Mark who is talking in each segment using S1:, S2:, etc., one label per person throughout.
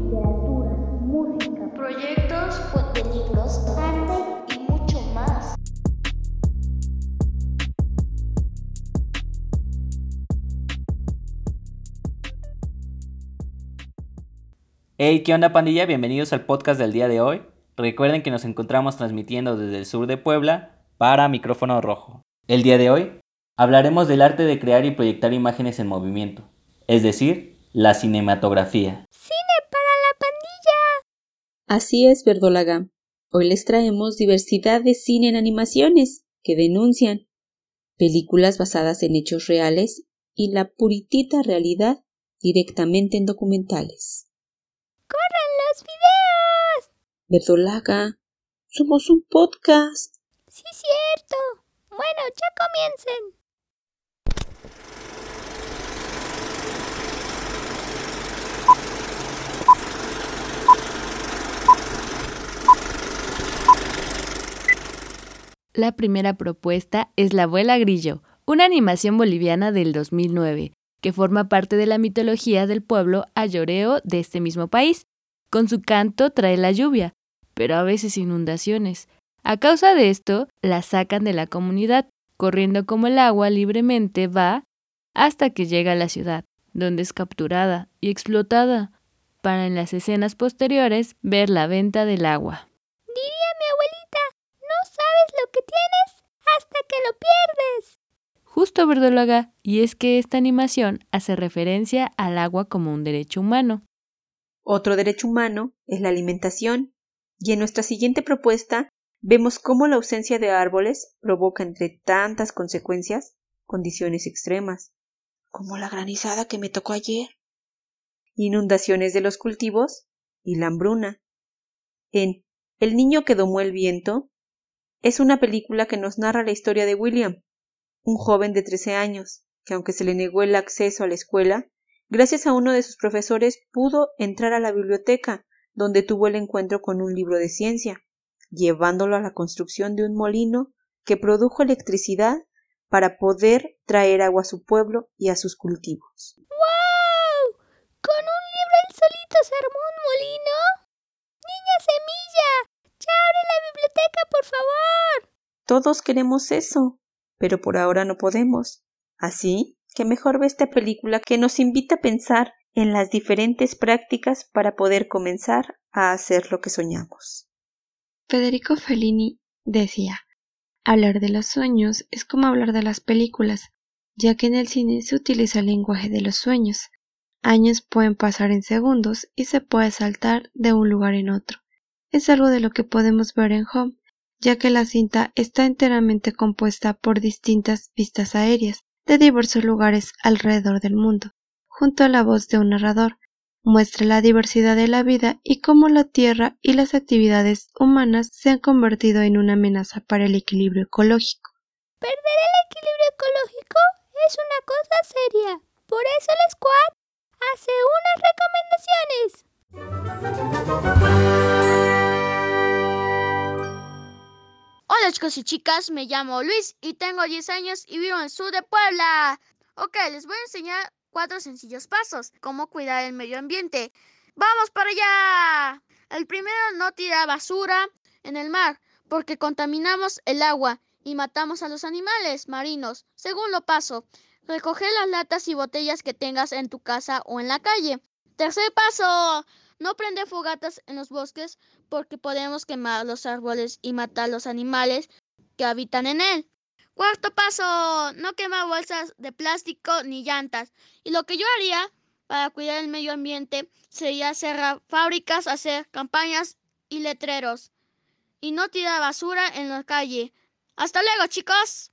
S1: literatura, música,
S2: proyectos de libros, arte y mucho más.
S3: Hey, ¿qué onda, pandilla? Bienvenidos al podcast del día de hoy. Recuerden que nos encontramos transmitiendo desde el sur de Puebla para Micrófono Rojo. El día de hoy hablaremos del arte de crear y proyectar imágenes en movimiento, es decir, la cinematografía.
S2: ¡Cine para la pandilla!
S4: Así es, verdolaga. Hoy les traemos diversidad de cine en animaciones que denuncian películas basadas en hechos reales y la puritita realidad directamente en documentales.
S2: ¡Corran los videos!
S4: Verdolaga, somos un podcast.
S2: Sí, cierto. Bueno, ya comiencen.
S5: La primera propuesta es La Abuela Grillo, una animación boliviana del 2009, que forma parte de la mitología del pueblo ayoreo de este mismo país. Con su canto trae la lluvia, pero a veces inundaciones. A causa de esto, la sacan de la comunidad, corriendo como el agua libremente va hasta que llega a la ciudad, donde es capturada y explotada, para en las escenas posteriores ver la venta del agua.
S2: Diría mi abuelita, no sabes lo que tienes hasta que lo pierdes.
S5: Justo, verdolaga, y es que esta animación hace referencia al agua como un derecho humano.
S4: Otro derecho humano es la alimentación, y en nuestra siguiente propuesta vemos cómo la ausencia de árboles provoca, entre tantas consecuencias, condiciones extremas, como la granizada que me tocó ayer, inundaciones de los cultivos y la hambruna. En El niño que domó el viento es una película que nos narra la historia de William, un joven de 13 años, que aunque se le negó el acceso a la escuela, gracias a uno de sus profesores pudo entrar a la biblioteca, donde tuvo el encuentro con un libro de ciencia, llevándolo a la construcción de un molino que produjo electricidad para poder traer agua a su pueblo y a sus cultivos.
S2: ¡Wow! ¿Con un libro él solito se armó un molino? ¡Niña Semilla! ¡Ya abre la biblioteca, por favor!
S4: Todos queremos eso, pero por ahora no podemos. Así que mejor ve esta película que nos invita a pensar en las diferentes prácticas para poder comenzar a hacer lo que soñamos.
S6: Federico Fellini decía, hablar de los sueños es como hablar de las películas, ya que en el cine se utiliza el lenguaje de los sueños. Años pueden pasar en segundos y se puede saltar de un lugar en otro. Es algo de lo que podemos ver en Home, ya que la cinta está enteramente compuesta por distintas vistas aéreas de diversos lugares alrededor del mundo, junto a la voz de un narrador. Muestra la diversidad de la vida y cómo la tierra y las actividades humanas se han convertido en una amenaza para el equilibrio ecológico.
S2: Perder el equilibrio ecológico es una cosa seria. Por eso el Squad hace unas recomendaciones. Hola chicos y chicas, me llamo Luis y tengo 10 años y vivo en el sur de Puebla. Ok, les voy a enseñar 4 sencillos pasos, cómo cuidar el medio ambiente. ¡Vamos para allá! El primero, no tirar basura en el mar, porque contaminamos el agua y matamos a los animales marinos. Segundo paso, recoger las latas y botellas que tengas en tu casa o en la calle. Tercer paso, no prender fogatas en los bosques, porque podemos quemar los árboles y matar los animales que habitan en él. Cuarto paso, no quemar bolsas de plástico ni llantas. Y lo que yo haría para cuidar el medio ambiente sería cerrar fábricas, hacer campañas y letreros. Y no tirar basura en la calle. ¡Hasta luego, chicos!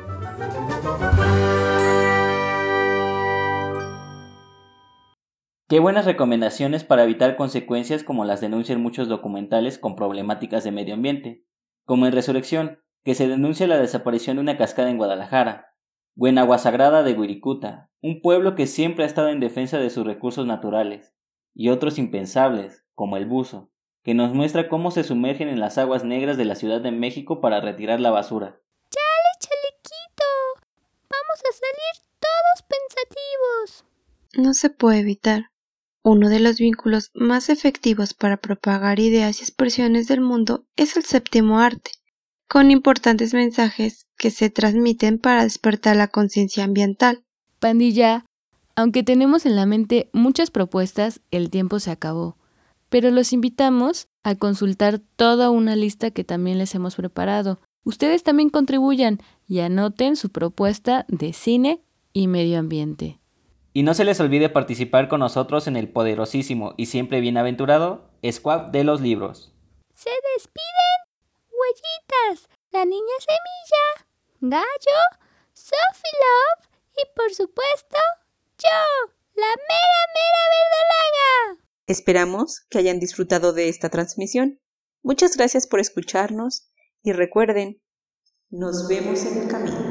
S3: Qué buenas recomendaciones para evitar consecuencias como las denuncian muchos documentales con problemáticas de medio ambiente, como en Resurrección, que se denuncia la desaparición de una cascada en Guadalajara, o en Agua Sagrada de Wirikuta, un pueblo que siempre ha estado en defensa de sus recursos naturales, y otros impensables, como el buzo, que nos muestra cómo se sumergen en las aguas negras de la Ciudad de México para retirar la basura.
S2: ¡Chale, chalequito! Vamos a salir todos pensativos.
S6: No se puede evitar. Uno de los vínculos más efectivos para propagar ideas y expresiones del mundo es el séptimo arte, con importantes mensajes que se transmiten para despertar la conciencia ambiental.
S5: Pandilla, aunque tenemos en la mente muchas propuestas, el tiempo se acabó, pero los invitamos a consultar toda una lista que también les hemos preparado. Ustedes también contribuyan y anoten su propuesta de cine y medio ambiente.
S3: Y no se les olvide participar con nosotros en el poderosísimo y siempre bienaventurado Squad de los libros.
S5: Se despiden Huellitas, la niña semilla, Gallo, Sophie Love y por supuesto yo, la mera verdolaga.
S4: Esperamos que hayan disfrutado de esta transmisión. Muchas gracias por escucharnos y recuerden, nos vemos en el camino.